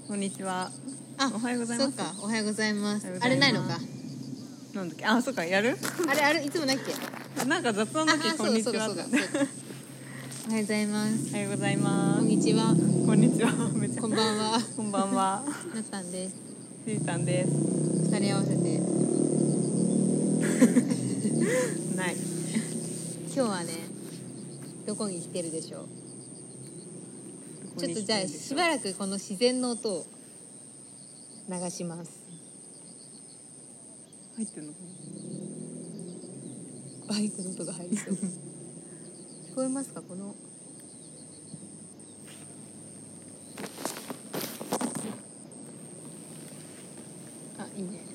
こんにちは。 あ、 おはようございます。 そっか、おはようございます。 おはようございます。 あれないのか。 なんだっけ。あ、そっか、やる？ あれいつもないっけ？ なんか雑音だけこんにちは。 そうだ。おはようございます。 おはようございます。 こんにちは。 こんにちは。めっちゃ。 こんばんは。 こんばんは。 なったんです。 しーたんです。 二人合わせて。 ない。 今日はね、どこに来てるでしょう。ちょっとじゃあしばらくこの自然の音を流します。 入ってんのかバイクの音が入りそう。聞こえますか、この。あ、いいね。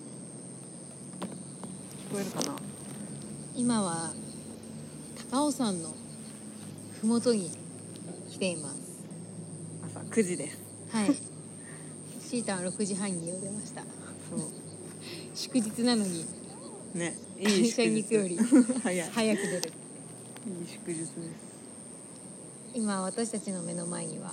聞こえるかな。 今は高尾山のふもとに来ています。 朝9時です。 はい。シータは6時半に家を出ました。 そう。 祝日なのにね。 会社に行くより早い。 早く出る。 いい祝日です。 今私たちの目の前には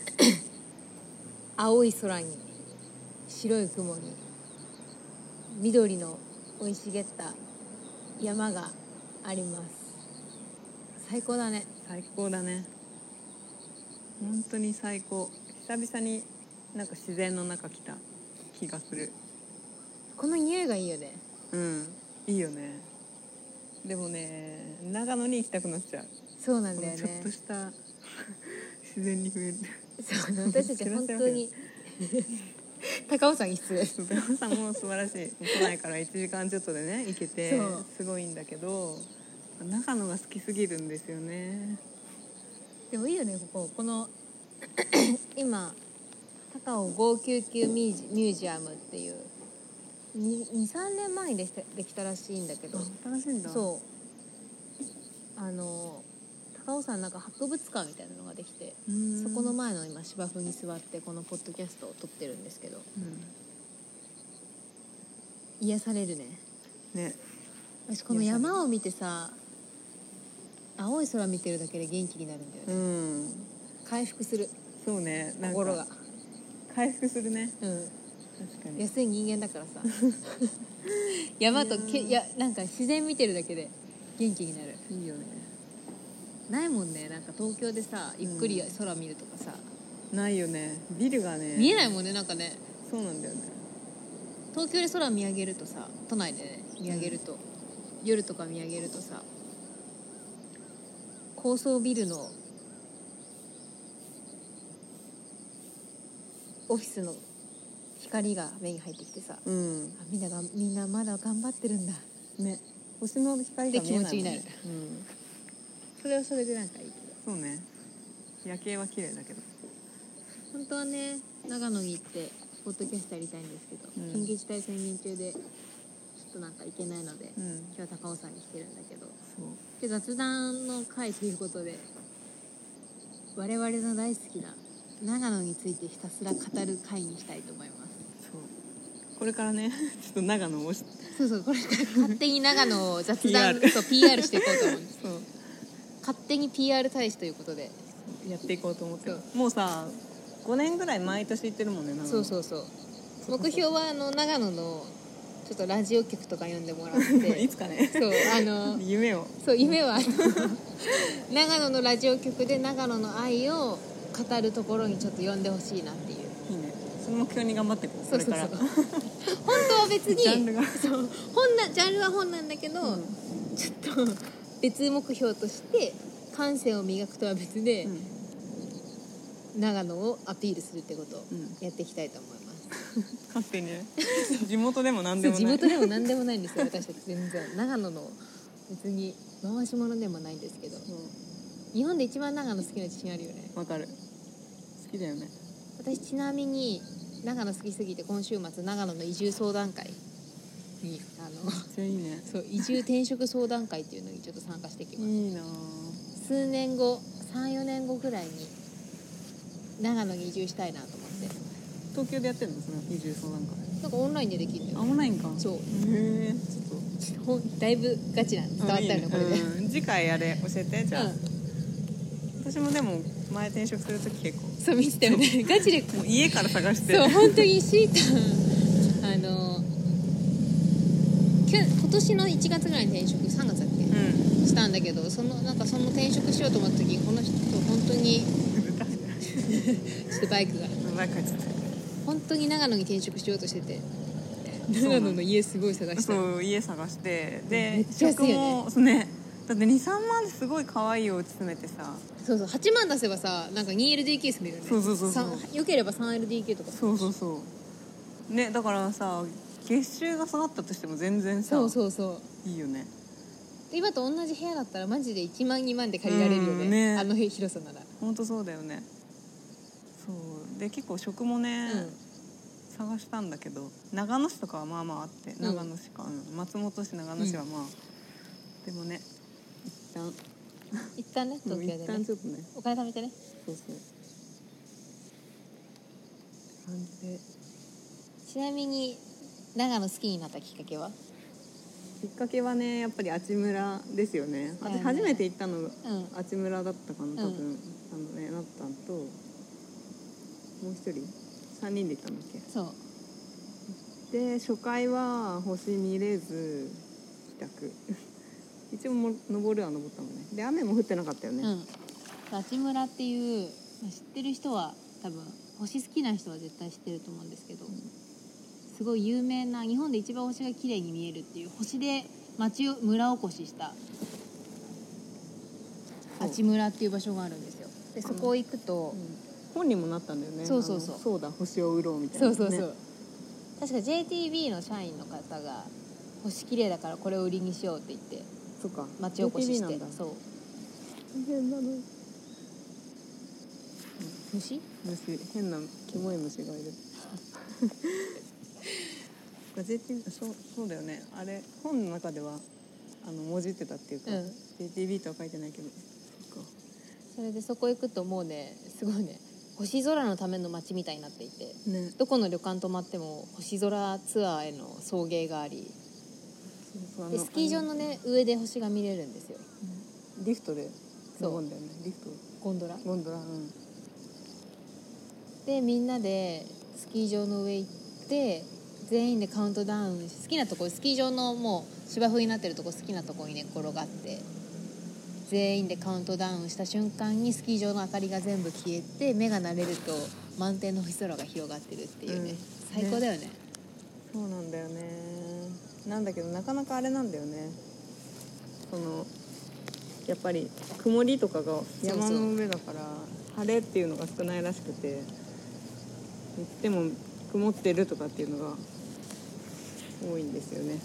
青い空に白い雲に緑の生い茂った山があります。最高だね。 最高だね。本当に最高。久々になんか自然の中来た気がする。 この匂いがいいよね。 うん、いいよね。でもね、長野に行きたくなっちゃう。 そうなんだよね。 ちょっとした自然に触れる。 そう、私たち本当に高尾山一失礼。 高尾山も素晴らしい。都内から1時間ちょっとでね行けてすごいんだけど、長野が好きすぎるんですよね。 でもいいよね、この今高尾599ミュージアムっていう 2,3 年前にできたらしいんだけど。 新しいんだ。 そう、高尾山なんか博物館みたいなのができて、そこの前の今芝生に座ってこのポッドキャストを撮ってるんですけど、癒されるね。 ね。 私この山を見てさ、青い空見てるだけで元気になるんだよね。回復する。 そうね。なんか心が回復するね。確かに。 安い人間だからさ山となんか自然見てるだけで元気になる。 いいよね。 ないもんね、なんか東京でさゆっくり空見るとかさ、 ないよね。ビルがね見えないもんね。なんかね、 そうなんだよね。 東京で空見上げるとさ、都内でね見上げると、夜とか見上げるとさ、高層ビルのオフィスの光が目に入ってきてさ、みんなまだ頑張ってるんだね。星の光が見えないもんね。 って気持ちになる。それはそれでなんかいいけど。 そうね。夜景は綺麗だけど。 本当はね、長野に行ってポッドキャストやりたいんですけど、緊急事態宣言中でちょっとなんか行けないので、今日は高尾山に来てるんだけど、で雑談の会ということで、我々の大好きな長野についてひたすら語る会にしたいと思います。 これからね、ちょっと長野をそうこれから勝手に長野を雑談と PR していこうと思うんです。勝手に PR 大使ということでやっていこうと思ってる。もうさ5年ぐらい毎年行ってるもんね。 そう目標は長野のちょっとラジオ局とか呼んでもらっていつかね。 そう夢は長野のラジオ局で長野の愛を語るところにちょっと呼んでほしいなっていう。 いいね。その目標に頑張っていこう。 そう本当は別にジャンルがジャンルは本なんだけど、ちょっと別目標として感性を磨くとは別で、長野をアピールするってことをやっていきたいと思います。 勝手にね。地元でも何でもない。 地元でも何でもないんですよ。私たち全然長野の別に回し物でもないんですけど、日本で一番長野好きな自信あるよね。 わかる。好きだよね。 私ちなみに長野好きすぎて今週末長野の移住相談会にめっちゃいいね。 そう移住転職相談会っていうのにちょっと参加してきます。 いいな。 数年後 3,4 年後ぐらいに長野に移住したいなと思って。 東京でやってるのその移住相談会。 なんかオンラインでできるんだよ。 オンラインか。 そう。 へえ。ちょっとだいぶガチな伝わったよねこれで。 次回あれ教えてじゃあ。 私もでも前転職する時結構そう見てたよねガチでもう家から探してそう本当にシータ今年の1月ぐらいに転職3月だっけ、したんだけどその転職しようと思った時この人本当にちょっとバイクが本当に長野に転職しようとしてて長野の家すごい探したそう家探してでめっちゃ安いよねそうねだって 2,3 万ですごい可愛いお家住めてさそう8万出せばさなんか 2LDK 住めるよねそうよければ 3LDK とかそうねだからさ月収が下がったとしても全然さいいよね今と同じ部屋だったらマジで1万2万で借りられるよね、あの広さなら本当そうだよねそうで結構職もね、探したんだけど長野市とかはまあまああって長野市か、松本市長野市はまあ、でもね一旦ね東京でね一旦ちょっとねお金貯めてねそう感じでちなみに長野好きになったきっかけはきっかけはねやっぱり阿智村ですよね。私初めて行ったの阿智村だったかな多分、なったんともう一人3人で行ったんだっけ。 そうで初回は星見れず帰宅一応も登るは登ったのね。で雨も降ってなかったよね。 阿智村っていう、知ってる人は多分星好きな人は絶対知ってると思うんですけど、すごい有名な日本で一番星が綺麗に見えるっていう星で村おこしした阿智村っていう場所があるんですよ。でそこ行くと、 本にもなったんだよね。そうだ星を売ろうみたいな、ね、そう確か JTB の社員の方が星綺麗だからこれを売りにしようって言って町おこしして、そう変なの虫変なキモい虫がいるそうだよね。あれ本の中ではもじってたっていうか、JTB とは書いてないけど、 それでそこ行くともうねすごいね星空のための街みたいになっていて、どこの旅館泊まっても星空ツアーへの送迎があり、でスキー場のね上で星が見れるんですよ。 リフトで登るんだよね。リフトゴンドラ、 でみんなでスキー場の上行って全員でカウントダウン好きなとこスキー場のもう芝生になってるとこ好きなとこに寝っ転がって全員でカウントダウンした瞬間にスキー場の明かりが全部消えて目が慣れると満天の星空が広がってるっていうね、最高だよね。 そうなんだよね。なんだけどなかなかあれなんだよね。やっぱり曇りとかが山の上だから晴れっていうのが少ないらしくて、行っても曇ってるとかっていうのが多いんですよね。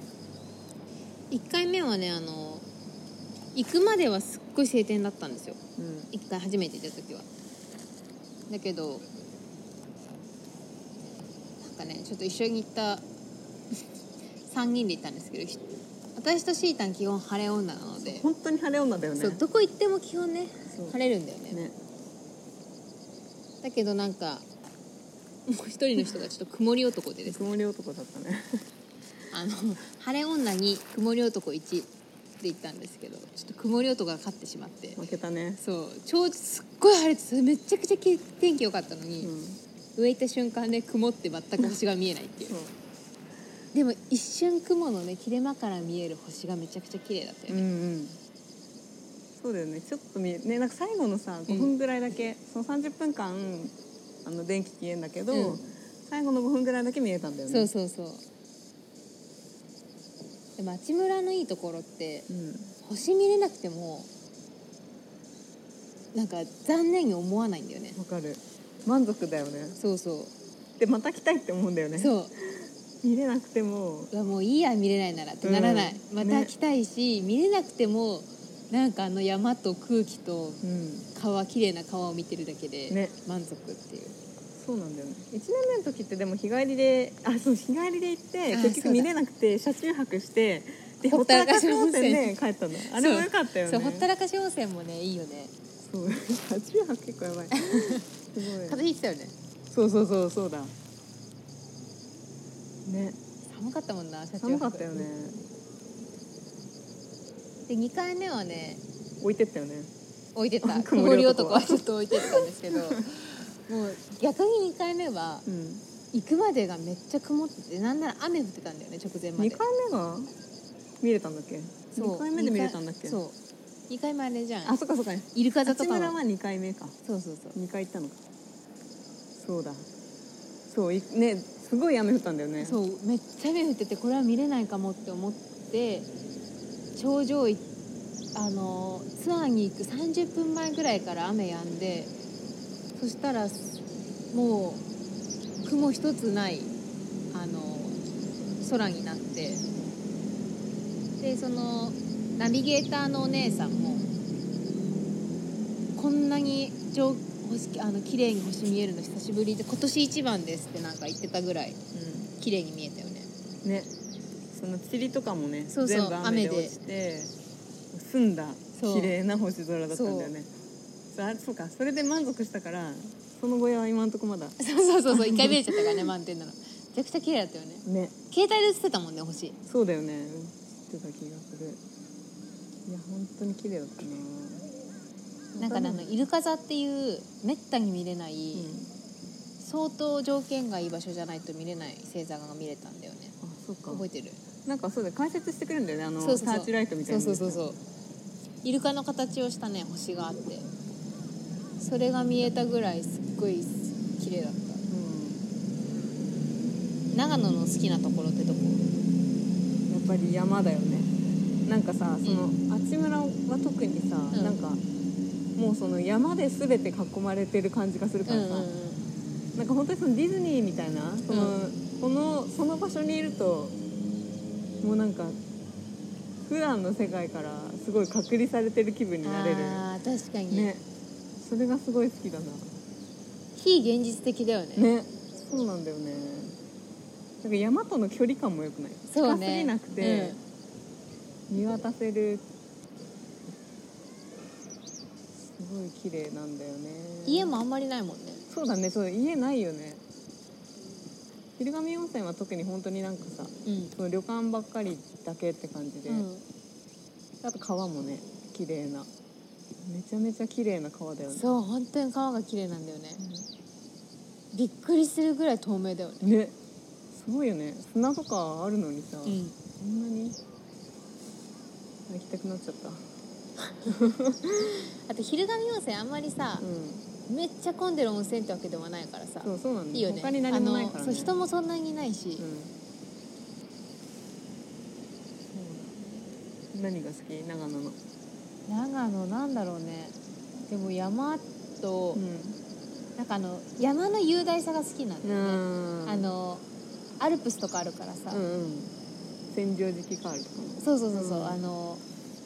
1回目はね行くまではすっごい晴天だったんですよ、1回初めて行った時は。だけどなんかねちょっと一緒に行った3人で行ったんですけど、私とシータン基本晴れ女なので本当に晴れ女だよね。 そうどこ行っても基本ね晴れるんだよ ね。だけどなんかもう一人の人がちょっと曇り男でですね曇り男だったね晴れ女に曇り男1で行ったんですけど、ちょっと曇り男が勝ってしまって負けたね。 そうすっごい晴れてめちゃくちゃ天気良かったのに、上行った瞬間で曇って全く星が見えないっていうでも一瞬雲のね切れ間から見える星がめちゃくちゃ綺麗だったよね。 そうだよね。ちょっとねなんか最後のさ5分ぐらいだけ、その30分間電気消えんだけど、最後の5分ぐらいだけ見えたんだよね。そうで町村のいいところって、星見れなくてもなんか残念に思わないんだよね。 わかる。満足だよね。でまた来たいって思うんだよね。見れなくてももういいや見れないならってならない、また来たいし、見れなくてもなんか山と空気と川、綺麗な川を見てるだけで満足っていう、 そうなんだよね。1年目の時ってでも日帰りで日帰りで行って結局見れなくて車中泊してでほったらかし温泉で帰ったの。あれもよかったよね。 ほったらかし温泉もねいいよね。 車中泊結構やばいすごい風邪ひいてたよね。 そうだね。 寒かったもんな。 寒かったよね。 で2回目はね置いてったよね。 置いてた曇り男はちょっと置いてったんですけどもう逆に2回目は、行くまでがめっちゃ曇ってて、なんなら雨降ってたんだよね直前まで。 2回目が見れたんだっけ。2回目で見れたんだっけ。 そう2回目あれじゃん。 あ、そっかそっか。 イルカ座とかも。 八村は2回目か。 そう2 回行ったのか。そうだ。そうね、すごい雨降ったんだよね。 そうめっちゃ雨降ってて、これは見れないかもって思って頂上ツアーに行く30分前ぐらいから雨止んで、そしたらもう雲一つない空になって、でそのナビゲーターのお姉さんもこんなに綺麗に星見えるの久しぶりで、今年一番ですってなんか言ってたぐらい、綺麗に見えたよね。 ね、その塵とかもね、 そう全部雨で落ちて澄んだ綺麗な星空だったんだよね。そうか、それで満足したから、その後は今んとこまだそう一回見えちゃったからね満点なの。めちゃくちゃ綺麗だったよね。携帯で映ってたもんね星。 そうだよね、映ってた気がする。いや本当に綺麗だったな。 なんかイルカ座っていうめったに見れない、相当条件がいい場所じゃないと見れない星座が見れたんだよね。 あ、そうか。 覚えてる？ なんかそうだ、解説してくれるんだよね、 そうサーチライトみたいな。 そうイルカの形をしたね星があって、それが見えたぐらいすっごい綺麗だった。長野の好きなところってどこ？ やっぱり山だよね。なんかさ、その阿智村は特にさ、なんかもうその山で全て囲まれてる感じがするからさ、なんか本当にそのディズニーみたいな、その場所にいるともうなんか普段の世界からすごい隔離されてる気分になれる。 あー確かにね、それがすごい好きだな。 非現実的だよね。 ね、そうなんだよね。なんか山との距離感も良くない？ そうね、 近すぎなくて、見渡せる。すごい綺麗なんだよね。 家もあんまりないもんね。 そうだね、そう家ないよね。昼神温泉は特に本当になんかさ、その旅館ばっかりだけって感じで、あと川もね綺麗な、めちゃめちゃ綺麗な川だよね。 そう本当に川が綺麗なんだよね、びっくりするぐらい透明だよね。 ね、すごいよね。砂とかあるのにさ、そんなに行きたくなっちゃった。 あと昼神温泉あんまりさ、めっちゃ混んでる温泉ってわけではないからさ、 そうなんだ、 いいよね。 他に何もないからね。 そう人もそんなにいないし、 何が好き？長野の。 長野なんだろうね。でも山と、なんか山の雄大さが好きなんだよね。アルプスとかあるからさ、 千畳敷カールとかも。 そう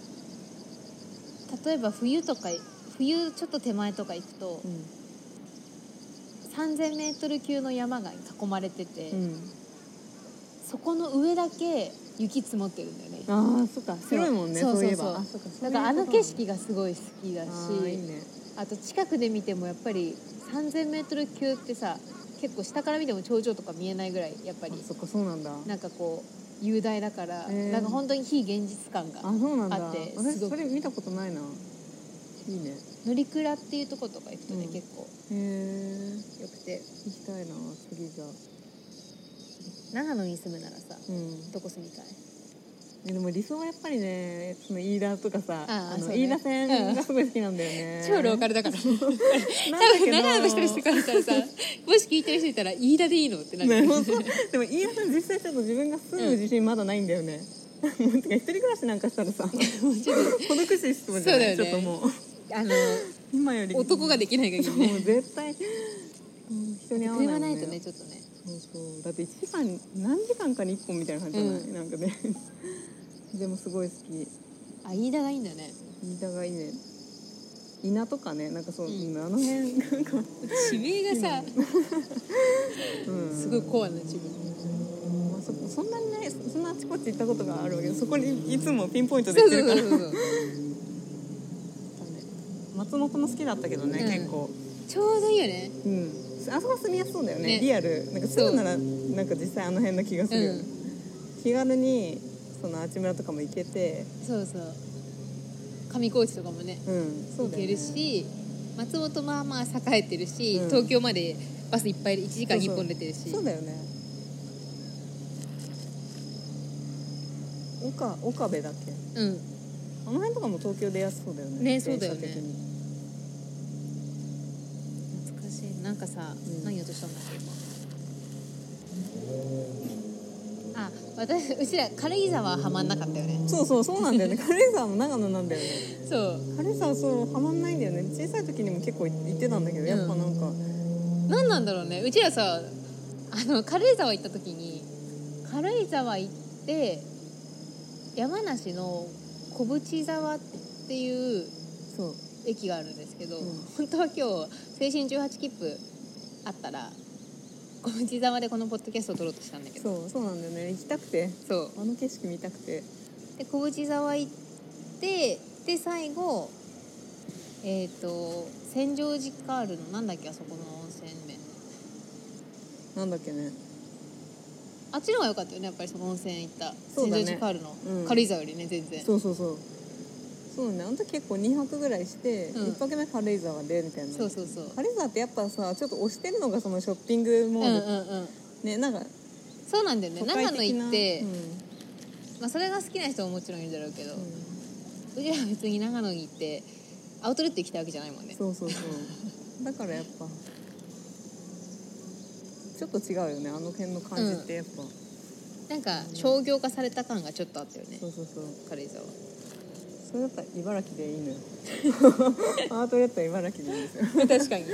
例えば冬ちょっと手前とか行くと、3000m 級の山が囲まれてて、そこの上だけ雪積もってるんだよね。 ああ、そっか、白いもんね。そういえば。 なんか景色がすごい好きだし、 いいね。 あと近くで見てもやっぱり 3000m 級ってさ、結構下から見ても頂上とか見えないぐらいやっぱり、 そっか、そうなんだ。 なんかこう雄大だから、なんか本当に非現実感があって、 私それ見たことないな。いいね。 乗鞍っていうとことか行くとね、結構よくて行きたいな。次じゃ長野に住むならさ、どこ住みたい？ でも理想はやっぱりね、その飯田とかさ、飯田線がすごい好きなんだよね。 超ローカルだから多分長野の人にしてからさ、もし聞いてる人いたら飯田でいいのってなる、 でも飯田さん実際ちょっと自分が住む自信まだないんだよね。一人暮らしなんかしたらさ、孤独死しそうじゃない？ちょっともう今より男ができない限りね、 もう絶対人に会わないもんね。 車ないとね、ちょっとね。 そうだって1時間何時間かに1本みたいな感じじゃない？なんかね。でもすごい好き。 飯田がいいんだよね。 飯田がいいね。稲とかね、なんかそう、あの辺なんか地名がさすごいコアな地名。 そんなにね、そんなあちこち行ったことがあるわけで、そこにいつもピンポイントで行ってるから。松本も好きだったけどね、結構ちょうどいいよね。 あそこ住みやすそうだよね。リアルなんか住むならなんか実際あの辺の気がするよね。気軽にそのあちむらとかも行けて、 上高地とかもね、 そうだよね、 行けるし、松本まあまあ栄えてるし、東京までバスいっぱい1時間に1本出てるし、 そうだよね。岡部だっけ、あの辺とかも東京で安そうだよね。 ね、そうだよね。懐かしい。なんかさ、何言おうとしたんだっけ今。うちら軽井沢はハマんなかったよね。 そうなんだよね。軽井沢も長野なんだよね。 そう軽井沢ハマんないんだよね。小さい時にも結構行ってたんだけど、やっぱなんか何なんだろうね。うちらさ軽井沢行った時に軽井沢行って山梨の小淵沢っていう駅があるんですけど、本当は今日青春18切符あったら小淵沢でこのポッドキャストを撮ろうとしたんだけど、 そうなんだよね。行きたくて、あの景色見たくて、 で小淵沢行って、で最後千畳敷カールのなんだっけ、あそこの温泉名なんだっけね。 あっちの方が良かったよね、やっぱりその温泉行った千畳敷カールの、軽井沢よりね全然。そうね、あの時結構2泊ぐらいして、1泊目軽井沢でみたいな。軽井沢ってやっぱさ、ちょっと推してるのがそのショッピングモール、ね、なんかそうなんだよね。長野行って、まあ、それが好きな人ももちろんいるだろうけど、うちらは別に長野に行ってアウトレット行きたいわけじゃないもんね。 そうだからやっぱちょっと違うよね、あの辺の感じってやっぱ、 なんか商業化された感がちょっとあったよね。軽井沢。 それだったら茨城でいいのよ。アウトレットは茨城でいいんですよ。 確かに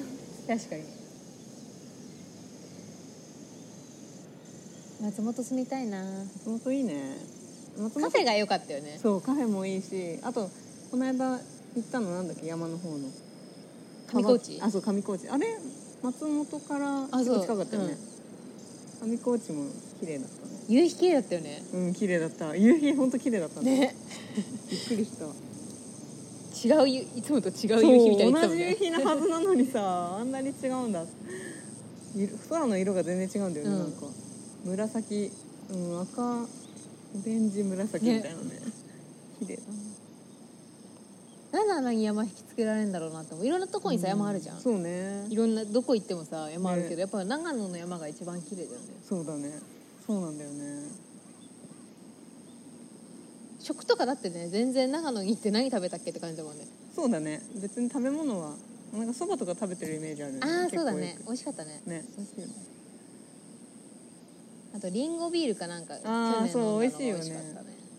松本住みたいな。 松本いいね。 カフェが良かったよね。 そう、カフェもいいし、あとこの間行ったのなんだっけ、山の方の上高地。 そう、上高地。あれ松本から結構近かったよね。上高地も綺麗だったね。 夕日綺麗だったよね。 綺麗だった。夕日本当綺麗だったね。びっくりした。 いつもと違う夕日みたいな。 同じ夕日なはずなのにさ、あんなに違うんだ。空の色が全然違うんだよね。なんか紫、赤、オレンジ紫みたいなね。綺麗だな。 なんであんなに山引きつけられるんだろうなって思う。いろんなとこにさ、山あるじゃん。 そうね。 いろんなどこ行ってもさ山あるけど、やっぱ長野の山が一番綺麗だよね。 そうだね。そうなんだよね。 食とかだってね、全然長野に行って何食べたっけって感じだもんね。 そうだね。別に食べ物はなんかそばとか食べてるイメージあるね。 そうだね。美味しかったね。 ね、美味しいよね。 あとリンゴビールかなんか。 そう美味しいよね。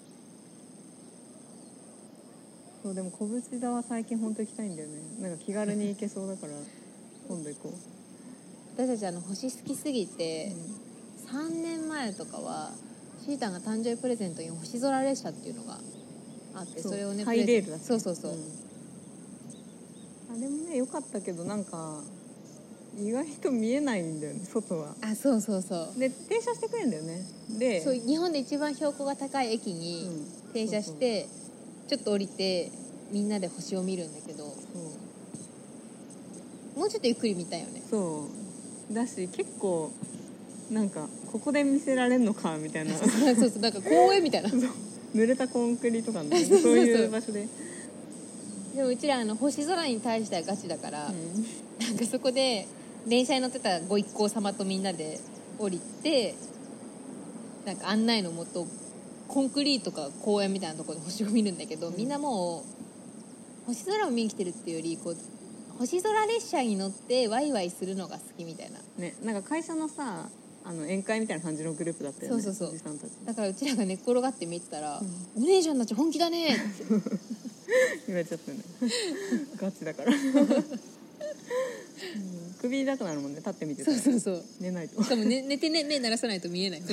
そう、でも小淵田は最近本当行きたいんだよね。なんか気軽に行けそうだから今度行こう。 私たち星好きすぎて、3年前とかはシータンが誕生日プレゼントに星空列車っていうのがあって、それをね、 ハイレールだった。 そう、 あれもね良かったけど、なんか意外と見えないんだよね、外は。 そうで停車してくれるんだよね。でそう、日本で一番標高が高い駅に停車して、ちょっと降りてみんなで星を見るんだけど、もうちょっとゆっくり見たいよね。 そうだし、結構なんかここで見せられんのかみたいな。 そうなんか公園みたいな。 濡れたコンクリとかね、そういう場所で。 でもうちら星空に対してはガチだから、なんかそこで電車に乗ってたご一行様とみんなで降りて、なんか案内のもとコンクリートか公園みたいなところで星を見るんだけど、みんなもう星空を見に来てるっていうより、こう星空列車に乗ってワイワイするのが好きみたいなね。なんか会社のさ、宴会みたいな感じのグループだったよね。そうおじさんたち。 だからうちらが寝っ転がって見てたら、お姉ちゃんたち本気だねって言われちゃったね。ガチだから。首痛くなるもんね、立って見てたら。 そう寝ないと。 しかも、寝てね、目鳴らさないと見えない。 そう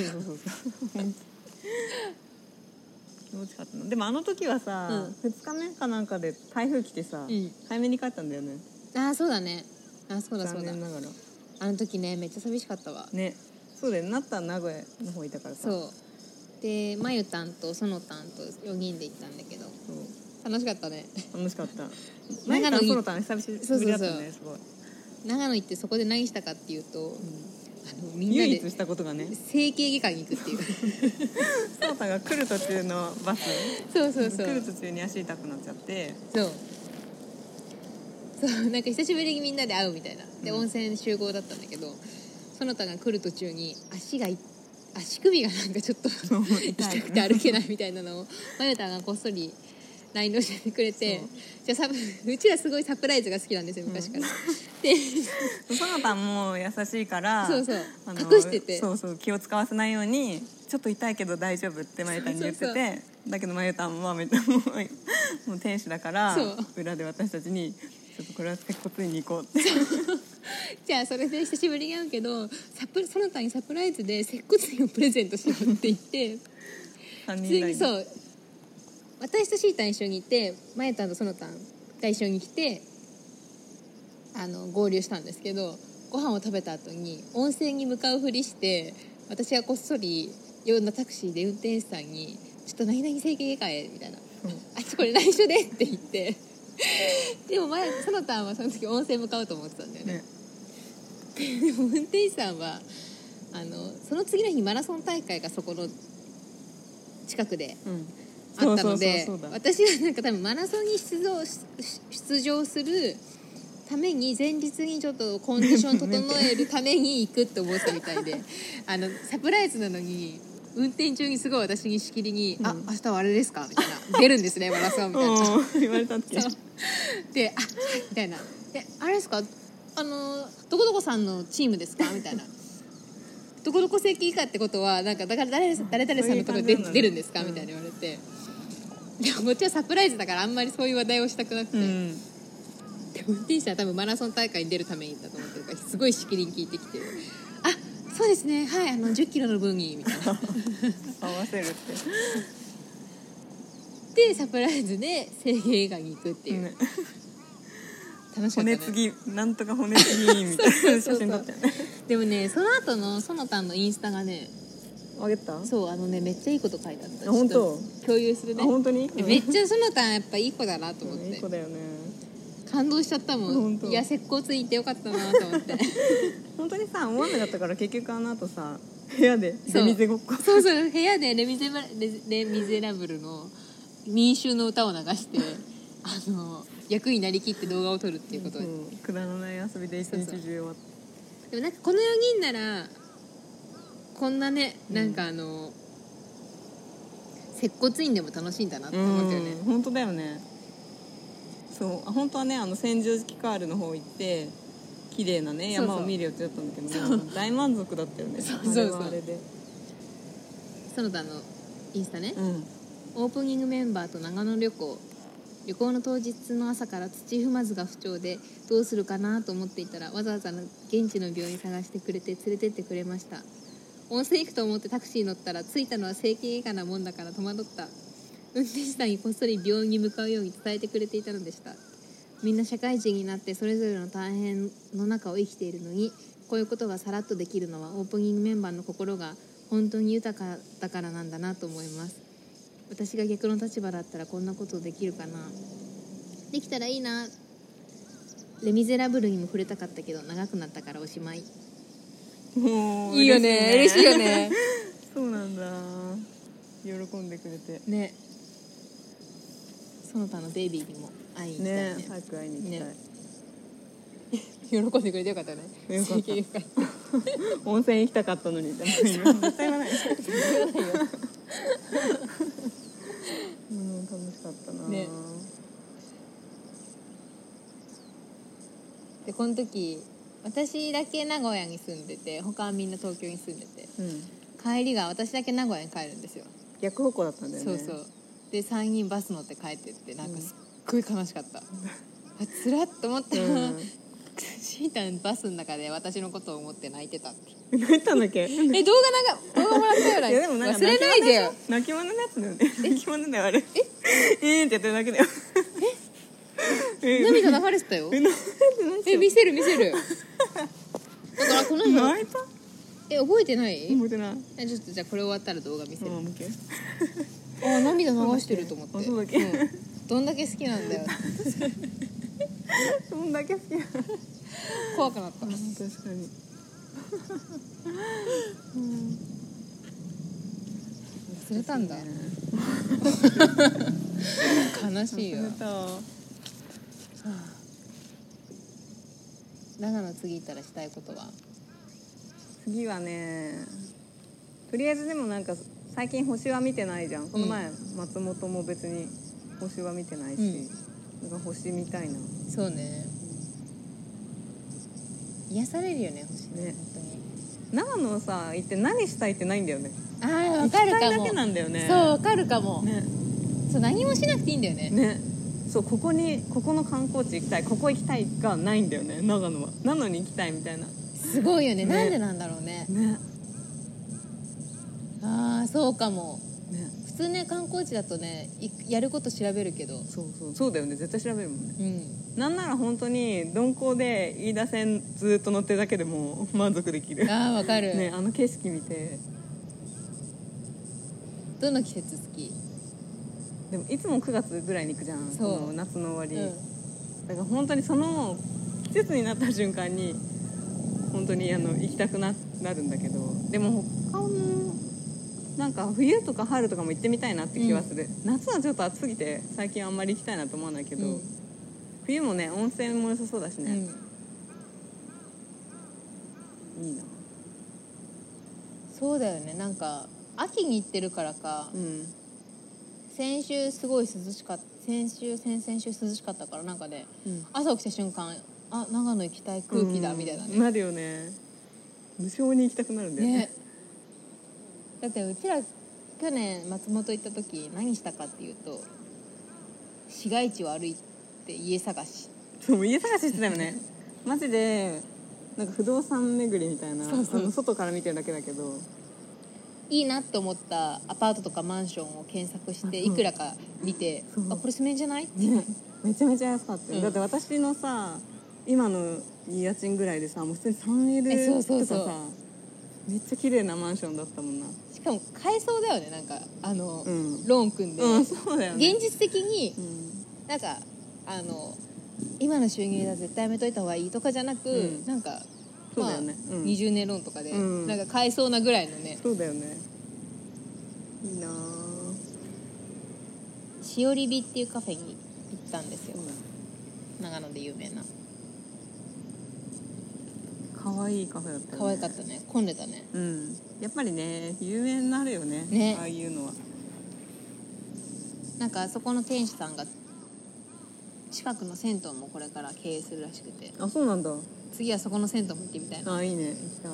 気持ちかったの。でもあの時はさ、2日目かなんかで台風来てさ、早めに帰ったんだよね。 そうだね。そうだ。 残念ながらあの時ね、めっちゃ寂しかったわね。そうだよ、なった名古屋の方いたからさ。 そうで、まゆたんとそのたんと4人で行ったんだけど、楽しかったね。 楽しかった。長野そのたん久しぶりだったね。すごい。 長野行ってそこで何したかっていうと、 みんなで唯一したことがね、 整形外科に行くっていうそうたが来る途中のバスそう来る途中に足痛くなっちゃって、 そうなんか久しぶりにみんなで会うみたいなで、温泉集合だったんだけど、その他が来る途中に足首がなんかちょっと痛くて歩けないみたいなのをまゆたがこっそり LINE で教えてくれて、じゃあうちらすごいサプライズが好きなんですよ昔から、でそのたんも優しいからそう隠してて、 そう気を使わせないようにちょっと痛いけど大丈夫ってまゆたんに言ってて、だけどまゆたんはもう天使だから裏で私たちにちょっとこれは接骨院に行こうってじゃあそれで久しぶりに会うけどその他にサプライズで接骨院をプレゼントしようって言って 3人来そう私とシータン一緒にいてマエタンとそのタンが一緒に来て合流したんですけど、ご飯を食べた後に温泉に向かうふりして私がこっそり呼んだタクシーで運転手さんにちょっと何々整形外科へみたいな、あっちこれ内緒でって言ってでもそのタンはその時温泉向かうと思ってたんだよね。でも運転手さんはその次の日マラソン大会がそこの近くであったので、私はなんか多分マラソンに出場するために前日にちょっとコンディション整えるために行くって思ってたみたいでサプライズなのに運転中にすごい私にしきりに「あ、明日はあれですか?」みたいな「出るんですねマラソン」みたいな言われたっけで「あ、みたいな「あれですかどこどこさんのチームですか?」みたいな「どこどこ整形外科ってことはなんか誰々さんのところで出るんですか?」みたいに言われて、でもこっちはサプライズだからあんまりそういう話題をしたくなくて、で運転手は多分マラソン大会に出るためにだと思ってるからすごいしきりに聞いてきて「あ、そうですね、はい、10キロの分に」みたいな合わせるってでサプライズで整形外科に行くっていう、楽しかったね。 骨継ぎなんとか骨継ぎみたいな写真撮ったよねでもね、その後のそのたんのインスタがね、 あげた？ そうめっちゃいいこと書いてあった。 本当？ 共有するね。 本当に？ めっちゃそのたんやっぱいい子だなと思って、 いい子だよね。 感動しちゃったもん。いや接骨院行ってよかったなと思って本当にさ思わなかったから結局あの後さ部屋でレミゼごっこそう部屋でレミゼラブルの民衆の歌を流して役になりきって動画を撮るっていうことで、 くだらない遊びで一日中終わった。 でもなんかこの4人ならこんなね、なんか接骨院でも楽しいんだなって思ったよね。 本当だよね。そう本当はね千住敷カールの方行って綺麗なね山を見る予定だったんだけど大満足だったよね。あれでその他のインスタね、オープニングメンバーと長野旅行の当日の朝から土踏まずが不調でどうするかなと思っていたらわざわざ現地の病院探してくれて連れてってくれました。温泉行くと思ってタクシー乗ったら着いたのは整形外科なもんだから戸惑った。運転手さんにこっそり病院に向かうように伝えてくれていたのでした。みんな社会人になってそれぞれの大変の中を生きているのにこういうことがさらっとできるのはオープニングメンバーの心が本当に豊かだからなんだなと思います。私が逆の立場だったらこんなことできるかな。できたらいいな。レ・ミゼラブルにも触れたかったけど長くなったからおしまい。 もういいよね、嬉しいよねそうなんだ、喜んでくれてね。その他のベイビーにも会いに行きたいね。 早く会いに行きたい、ね、 喜んでくれてよかったね。 よかった温泉行きたかったのに絶対言わない言わないよ楽しかったな、ね、 でこの時私だけ名古屋に住んでて他はみんな東京に住んでて、帰りが私だけ名古屋に帰るんですよ。 逆方向だったんだよね。 そうで3人バス乗って帰ってってなんかすっごい悲しかった、つらっと思ったら、シータンバスの中で私のことを思って泣いてたって。 泣いたんだっけ？ 動画もらったよ。いやでもなんか忘れないでよ。 泣き物のやつだよね。泣き物だよあれ。ってやってるだけだよ。 涙流れてたよ。見せるだからこの人泣いた？ 覚えてない？ 覚えてない。 ちょっとじゃあこれ終わったら動画見せる。涙流してると思って。 そうだっけ？ どんだけ好きなんだよ。 どんだけ好きなの？ 怖くなった。 確かに。 忘れたんだ悲しいよ。長野次行ったらしたいことは？ 次はね、とりあえずでもなんか最近星は見てないじゃん。この前、松本も別に星は見てないし、なんか星見たいな。 そうね、癒されるよね星ね。本当に長野さ行って何したいってないんだよね。 ああ分かるかも。行きたいだけなんだよね。 そう分かるかも、 ね、 そう何もしなくていいんだよね。 ね、そうここの観光地行きたい、ここ行きたいがないんだよね長野は。なのに行きたいみたいな。 すごいよね。なんでなんだろうね。 ね、 ああそうかも。 ね、 普通ね観光地だとねやること調べるけど、 そうだよね、絶対調べるもんね。 うん、 なんなら本当に鈍行で飯田線ずっと乗ってるだけでも満足できる。 ああわかる、 ね、あの景色見て。 どの季節好き？ でもいつも9月ぐらいに行くじゃん。 そうその夏の終わり、だから本当にその季節になった瞬間に本当に行きたくなるんだけど、でも他もなんか冬とか春とかも行ってみたいなって気はする、夏はちょっと暑すぎて最近あんまり行きたいなと思わないけど、冬もね温泉も良さそうだしね、いいな。 そうだよね。なんか秋に行ってるからか、先週すごい涼しかった。先々週涼しかったからなんかね、朝起きた瞬間あ長野行きたい空気だみたいなね、 なるよね。無性に行きたくなるんだよ ね。 だってうちら去年松本行った時何したかっていうと市街地を歩いて家探し。 そう家探ししてたよねマジでなんか不動産巡りみたいな。外から見てるだけだけどいいなって思ったアパートとかマンションを検索していくらか見て、あこれ住めんじゃないって、 ね、めちゃめちゃ安かったよ、だって私のさ今の家賃ぐらいでさもう普通に 3L とかさめっちゃ綺麗なマンションだったもんな。 しかも買えそうだよね。なんかローン組んで、 そうだよね、 現実的に、なんか今の収入だ絶対やめといた方がいいとかじゃなく、なんかそうだよね、 20年ローンとかで、なんか買えそうなぐらいのね。 そうだよね。いいな。 しおりびっていうカフェに行ったんですよ、長野で有名な。 可愛いカフェだったよね。 可愛かったね。混んでたね。 やっぱりね有名になるよ ねああいうのは。 なんかあそこの店主さんが近くの銭湯もこれから経営するらしくて。 あ、そうなんだ。 次はそこの銭湯も行ってみたいな。 あ、いいね、行きたい。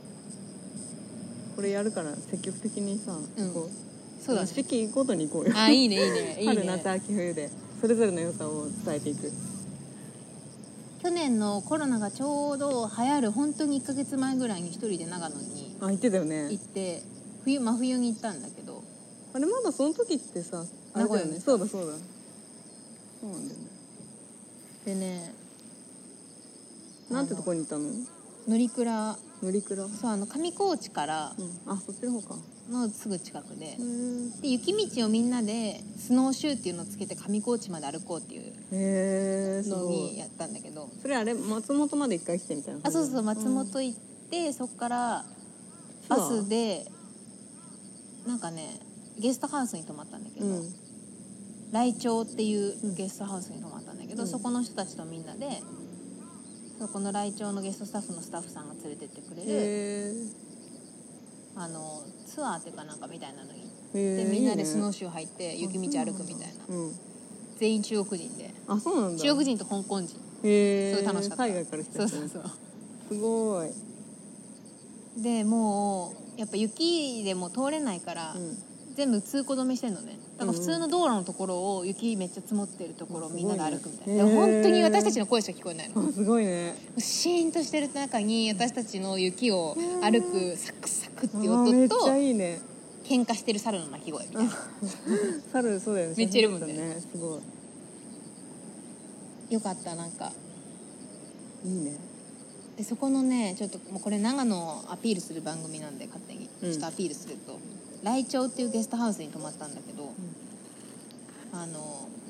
これやるから積極的にさ、こうそうだね、四季ごとに行こうよ。 あ、いいねいいねいいね。 春夏秋冬でそれぞれの良さを伝えていく。 去年のコロナがちょうど流行る本当に1ヶ月前ぐらいに一人で長野に行ってたよね。 行って真冬に行ったんだけど、 あれまだその時ってさあれだよね。そうだそうだ、そうなんだよね。 でね、 なんてとこに行ったの？ 乗鞍。そう上高地から、 あ、そっちの方かのすぐ近くで、雪道をみんなでスノーシューっていうのをつけて上高地まで歩こうっていうのにやったんだけど、 それあれ松本まで一回来てみたいな。 あ、そうそう松本行って、そっからバスでなんかねゲストハウスに泊まったんだけど、来町っていうゲストハウスに泊まったんだけど、そこの人たちとみんなでそこの来町のゲストスタッフのスタッフさんが連れてってくれるツアーっていうかなんかみたいなのにでみんなでスノーシュー入って雪道歩くみたいな、全員中国人で。 あ、そうなんだ。 中国人と香港人、すごい楽しかった。 海外から来た人ね。 そうすごい。 でもうやっぱ雪でも通れないから、全部通行止めしてんのね。だから普通の道路のところを雪めっちゃ積もってるところをみんなで歩くみたいな、本当に私たちの声しか聞こえないの。 すごいね。シーンとしてる中に私たちの雪を歩くサクサクっていう音と、 めっちゃいいね、 喧嘩してる猿の鳴き声みたいな。 猿、そうだよね、 めっちゃいるもんね。 すごいよかった。なんかいいね。 でそこのねちょっともうこれ長野をアピールする番組なんで勝手にちょっとアピールすると、来町っていうゲストハウスに泊まったんだけど、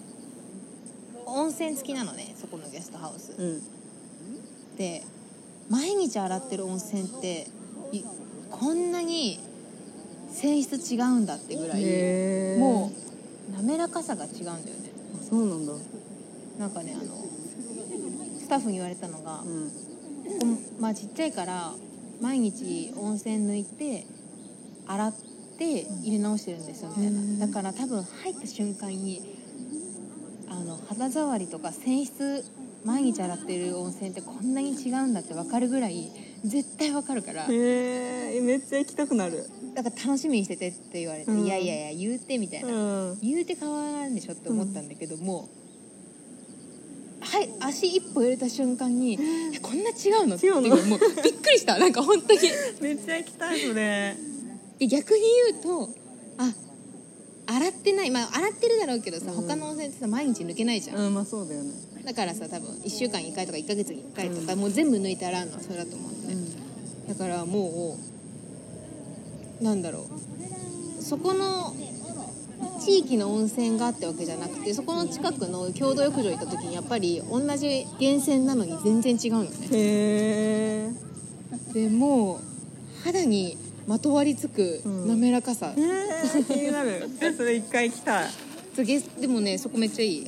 温泉付きなのねそこのゲストハウス、で毎日洗ってる温泉ってこんなに泉質違うんだってぐらいもう滑らかさが違うんだよね。 そうなんだ。 なんかねスタッフに言われたのが、まあちっちゃいから毎日温泉抜いて洗って入れ直してるんですよみたいな。だから多分入った瞬間に肌触りとか泉質毎日洗ってる温泉ってこんなに違うんだって分かるぐらい絶対分かるから。 めっちゃ行きたくなる。 だから楽しみにしててって言われて、いやいやいや言うてみたいな、言うて変わらんでしょって思ったんだけども、はい足一歩入れた瞬間にこんな違うのっていう、もうびっくりした。なんか本当にめっちゃ行きたいそれ。 で逆に言うと洗ってない、まあ洗ってるだろうけどさ、他の温泉ってさ毎日抜けないじゃん。 まあそうだよね。 だからさ多分1週間に1回とか1ヶ月に1回とか、もう全部抜いて洗うのはそれだと思うので、だからもうなんだろう、そこの地域の温泉があってわけじゃなくて、そこの近くの共同浴場行った時にやっぱり同じ源泉なのに全然違うのね。 へー。でもう肌にまとわりつく滑らかさ、 気になる。それ一回行きたい。 でもねそこめっちゃいい。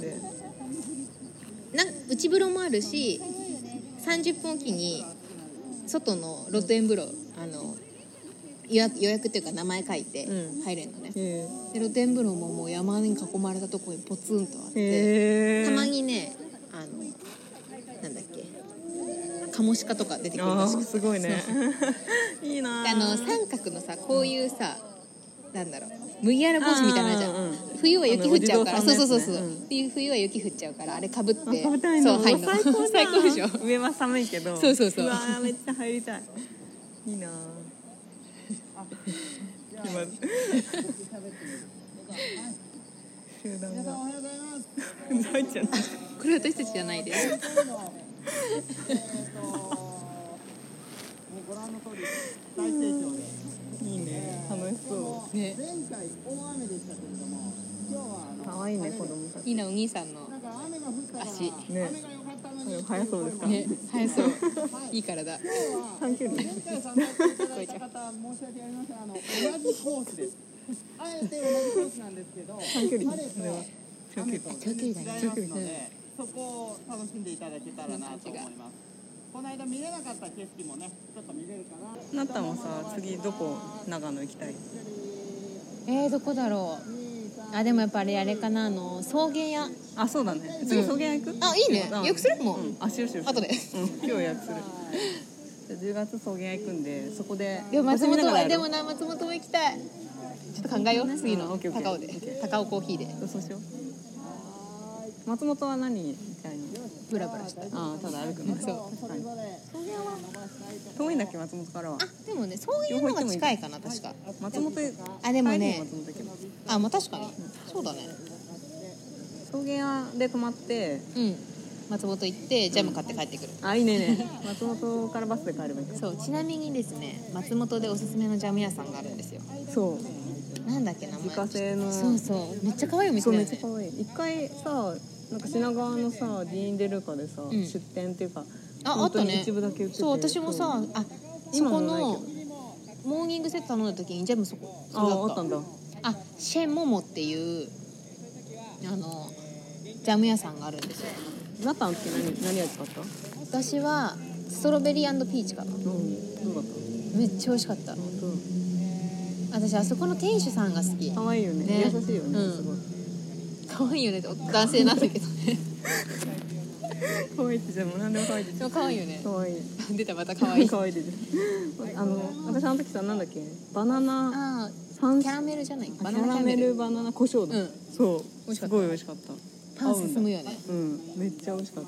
内風呂もあるし、30分おきに外の露天風呂、予約っていうか名前書いて入れるのね、で露天風呂ももう山に囲まれたところにポツンとあって、たまにねなんだっけカモシカとか出てくるらしくて、 すごいねいいな。 三角のさこういうさ、なんだろう麦わら帽子みたいなのじゃん、冬は雪降っちゃうから、そう、冬は雪降っちゃうからあれかぶってそう入るの最高でしょ。 上は寒いけどそううわめっちゃ入りたい。いいな。今集団が入っちゃった。 これ私たちじゃないですご覧の通り大盛況でいいね、楽しそうね。 前回大雨でしたけれども、今日は可愛いね子供たち。 いいなお兄さんの足ね、速そうですかね、速そういい体。 短距離。 前回参加していただいた方申し訳ありません、同じコースです。あえて同じコースなんですけど、 短距離。 晴れと雨と長距離だね。 違いますので、そこを楽しんでいただけたらなと思います。この間見れなかった景色もね、ちょっと見れるかな。 なったもさ、次どこ長野行きたい？ どこだろう。でもやっぱりあれかな、草原屋。 そうだね。次草原屋行く？ いいね。予約するもん。 しよう後で。 今日予約する。じゃあ10月草原屋行くんで、そこで。 でも松本も行きたい。ちょっと考えよう。次の高尾で。高尾コーヒーで。 そうしよう。松本は何みたいな。 ブラブラした。 ただ歩くの。そう。確かに。遠いんだっけ松本からは。 でもねそういうのが近いかな確か。 松本。 でもね。まあ確かに。そうだね。 草原屋で泊まって。 松本行ってジャム買って帰ってくる。 いいね。松本からバスで帰ればいい。 そう。ちなみにですね、松本でおすすめのジャム屋さんがあるんですよ。 そう。 なんだっけ名前。 自家製の。 そうめっちゃ可愛いお店だよね。 めっちゃ可愛い。一回さ。なんか品川のさディーンデルカでさ、出店っていうかあったね。 一部だけ売ってて、 そう私もさそこのモーニングセット頼んだ時に全部そこだった。 あったんだ。 シェンモモっていうジャム屋さんがあるんですよ。 なったんって何味買った？ 私はストロベリー&ピーチかな。 どうだった？ めっちゃ美味しかった。私あそこの店主さんが好き。 可愛いよね。優しいよね。すごい。 可愛いよね。男性なんだけどね。 可愛いってじゃもう何でも可愛いでしょ。 可愛いよね。 可愛い。 出たまた可愛い。 可愛いでしょ。私あの時さなんだっけバナナキャラメルじゃない。 バナナキャラメルバナナ胡椒だ。そう。すごい美味しかった。 パン進むよね。 めっちゃ美味しかった。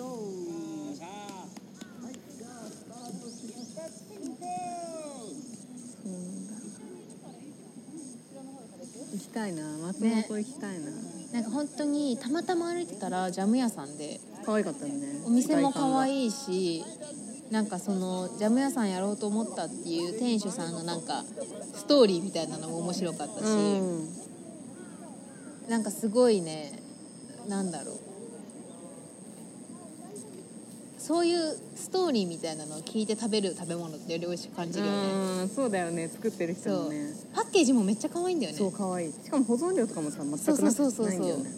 行きたいな。松本行きたいな。 なんか本当にたまたま歩いてたらジャム屋さんで可愛かったよね。 お店も可愛いし、なんかそのジャム屋さんやろうと思ったっていう店主さんのなんかストーリーみたいなのも面白かったし、なんかすごいね、なんだろう、 そういうストーリーみたいなのを聞いて食べる食べ物ってより美味しく感じるよね。 そうだよね、作ってる人もね。 パッケージもめっちゃ可愛いんだよね。 そう可愛い。しかも保存料とかもさ全くないんだよね。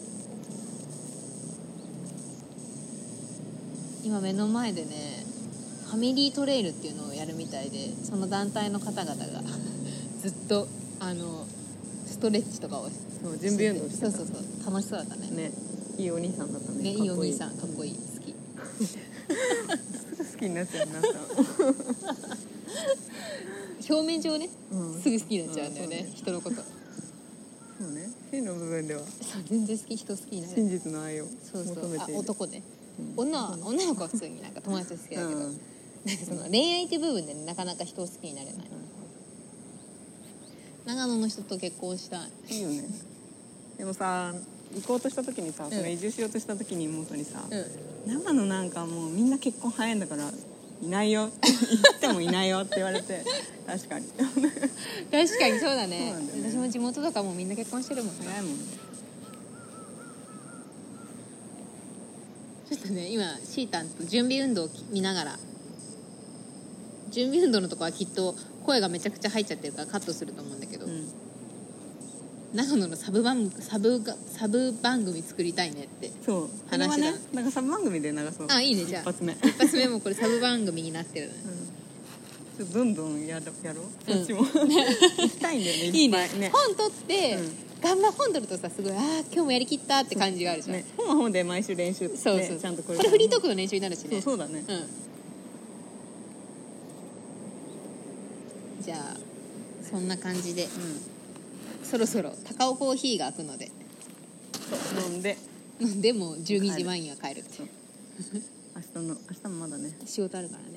今目の前でねファミリートレイルっていうのをやるみたいで、その団体の方々がずっとストレッチとかをそう準備運動してた。 そう楽しそうだったね。 いいお兄さんだったね。 いいお兄さん、かっこいい、好き好きになっちゃうなった表面上ね、すぐ好きになっちゃうんだよね、人のこと。 そうね、真の部分では全然人好きになる。 真実の愛をそう求めている。 男ね、女の子は普通になんか友達好きだけど、なんかその恋愛って部分で、ね、なかなか人を好きになれない。長野の人と結婚したい。 いいよね。でもさ、行こうとした時にさ、それ移住しようとした時に妹にさ、長野なんかもうみんな結婚早いんだからいないよって言ってもいないよって言われて確かに確かにそうだね。 そうなんだよね。 私も地元とかもみんな結婚してるもんね。 早いもんね。 ちょっとね、今シータンと準備運動を見ながら、準備運動のとこはきっと声がめちゃくちゃ入っちゃってるからカットすると思うんだけど、長野のサブ番組作りたいねってそう話だ。 ね、なんかサブ番組で流そう。 あ、いいね。じゃあ一発目もこれサブ番組になってるね。 ちょっとどんどんやろう、そっちも行きたいんだよね。 いいね。本取って、本取るとさ、すごい今日もやりきったって感じがあるじゃん。 本は本で毎週練習ってちゃんとこれフリートークの練習になるしね。 そうだね。 じゃあそんな感じで、そろそろ高尾コーヒーが開くので、 飲んでもう12時前には帰るって。 明日もまだね仕事あるからね。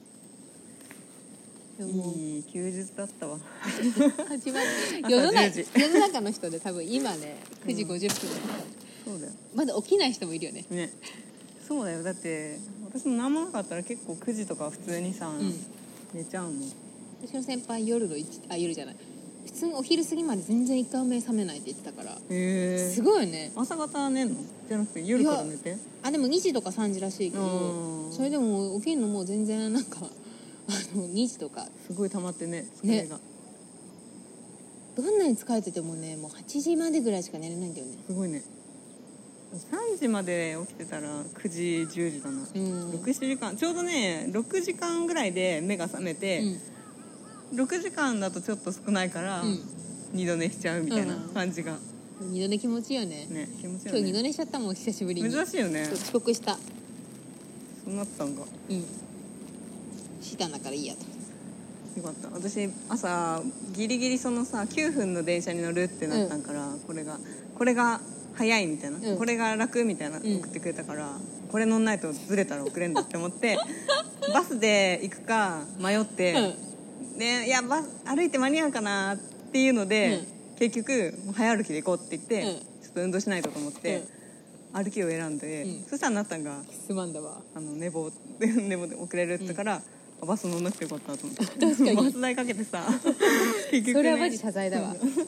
でもいい休日だったわ始まる世の中の人で多分今ね9時50分、 そうだよ。 まだ起きない人もいるよね。 そうだよ。だって私も何もなかったら結構9時とか普通にさ、寝ちゃうもん。 私の先輩夜じゃない、普通にお昼過ぎまで全然一回目覚めないって言ってたから。すごいよね。 朝方寝んのじゃなくて夜から寝て。 でも2時とか3時らしいけど、それでも起きるのもう全然なんか2時とかすごい溜まってね、疲れが、 どんなに疲れててもね、もう8時までぐらいしか寝れないんだよね。 すごいね。3時まで起きてたら9時10時だな、6時間ちょうどね、6時間ぐらいで目が覚めて、6時間だとちょっと少ないから、二度寝しちゃうみたいな感じが、 二度寝気持ちいいよね。 気持ちいいよね。 今日二度寝しちゃったもん、久しぶりに。 珍しいよね。 遅刻した。 そうなったんか。 したんだからいいやと。 よかった。私朝ギリギリそのさ9分の電車に乗るってなったんから、これが早いみたいな、これが楽みたいな送ってくれたから、これ乗んないとずれたら遅れんだって思ってバスで行くか迷って、でいや歩いて間に合うかなっていうので、結局早歩きで行こうって言って、ちょっと運動しないとと思って、歩きを選んで、そしたらなったんがすまんだわ、 寝坊で遅れるって言ったから、バス乗んなくてよかったと思って。 確かにバス代かけてさ結局、ね、 それはマジ謝罪だわよかった。 じ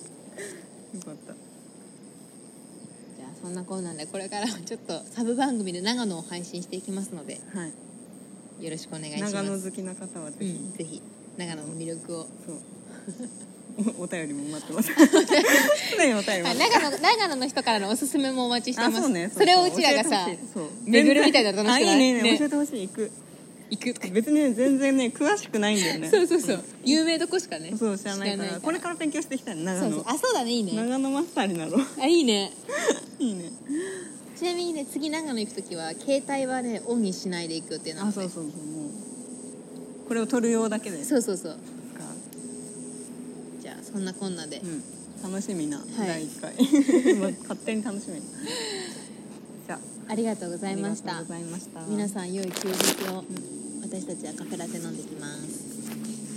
ゃあそんなコーナーでこれからちょっとサブ番組で長野を配信していきますので、よろしくお願いします。 長野好きな方はぜひ、 ぜひ長野の魅力をお便りも待ってます長野の人からのおすすめもお待ちしてます。 それをうちらがさ巡るみたいな楽しくない？ いいね、教えてほしい。行く別に全然ね詳しくないんだよね。 そう有名どこしかね知らないから、これから勉強していきたい。長野そうだね、いいね。 長野マスターになろう。 いいねいいね。 ちなみにね、次長野行くときは携帯はねオンにしないで行く予定なので。 そうもうこれを撮る用だけで。 そうじゃあそんなこんなで、 楽しみな第1回勝手に楽しみ。じゃあありがとうございました。 皆さん良い休日を。私たちはカフェラテ飲んできます。